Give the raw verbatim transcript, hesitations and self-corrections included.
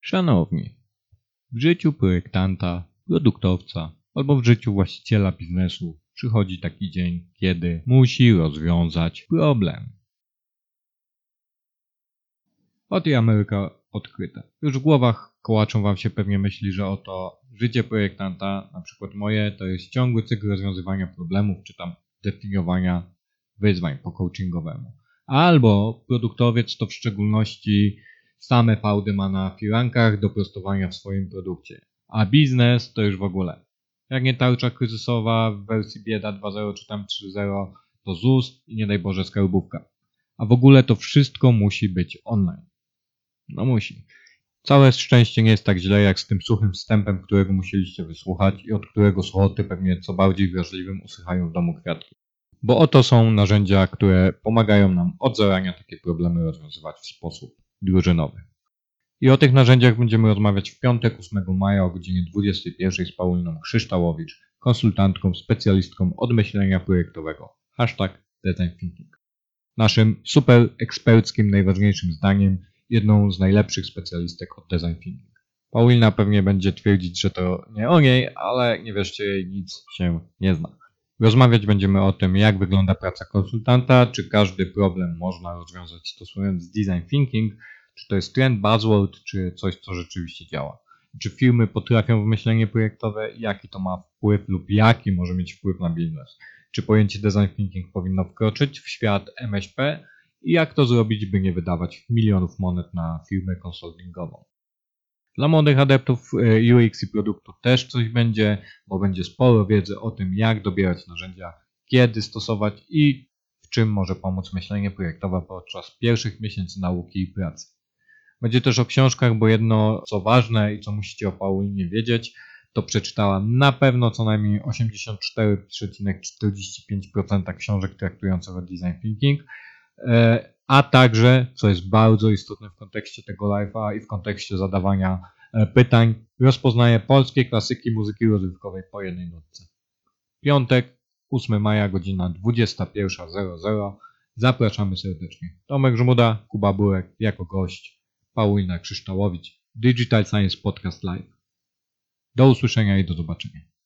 Szanowni, w życiu projektanta, produktowca albo w życiu właściciela biznesu przychodzi taki dzień, kiedy musi rozwiązać problem. Oto i Ameryka odkryta. Już w głowach kołaczą wam się pewnie myśli, że oto życie projektanta, na przykład moje, to jest ciągły cykl rozwiązywania problemów, czy tam definiowania wyzwań po coachingowemu. Albo produktowiec to w szczególności same fałdy ma na firankach do prostowania w swoim produkcie. A biznes to już w ogóle. Jak nie tarcza kryzysowa w wersji bieda dwa zero czy tam trzy zero, to ZUS i nie daj Boże skarbówka. A w ogóle to wszystko musi być online. No musi. Całe szczęście nie jest tak źle jak z tym suchym wstępem, którego musieliście wysłuchać i od którego słuchoty pewnie co bardziej wrażliwym usychają w domu kwiatki. Bo oto są narzędzia, które pomagają nam od zarania takie problemy rozwiązywać w sposób drużynowy. I o tych narzędziach będziemy rozmawiać w piątek, ósmego maja o godzinie dwudziestej pierwszej z Pauliną Krzyształowicz, konsultantką, specjalistką od myślenia projektowego. Hashtag Design Thinking. Naszym super eksperckim, najważniejszym zdaniem, jedną z najlepszych specjalistek od Design Thinking. Paulina pewnie będzie twierdzić, że to nie o niej, ale nie wierzcie jej, nic się nie zna. Rozmawiać będziemy o tym, jak wygląda praca konsultanta, czy każdy problem można rozwiązać stosując Design Thinking, czy to jest trend, buzzword, czy coś, co rzeczywiście działa. Czy firmy potrafią w myślenie projektowe, jaki to ma wpływ lub jaki może mieć wpływ na biznes. Czy pojęcie Design Thinking powinno wkroczyć w świat M S P i jak to zrobić, by nie wydawać milionów monet na firmę konsultingową. Dla młodych adeptów U X i produktu też coś będzie, bo będzie sporo wiedzy o tym, jak dobierać narzędzia, kiedy stosować i w czym może pomóc myślenie projektowe podczas pierwszych miesięcy nauki i pracy. Będzie też o książkach, bo jedno co ważne i co musicie o Paulinie wiedzieć, to przeczytałam na pewno co najmniej osiemdziesiąt cztery przecinek czterdzieści pięć procent książek traktujących o Design Thinking, a także, co jest bardzo istotne w kontekście tego live'a i w kontekście zadawania pytań, rozpoznaje polskie klasyki muzyki rozrywkowej po jednej nutce. Piątek, ósmego maja, godzina dwudziesta pierwsza zero zero. Zapraszamy serdecznie. Tomek Żmuda, Kuba Burek jako gość, Paulina Krzyształowicz, Digital Science Podcast Live. Do usłyszenia i do zobaczenia.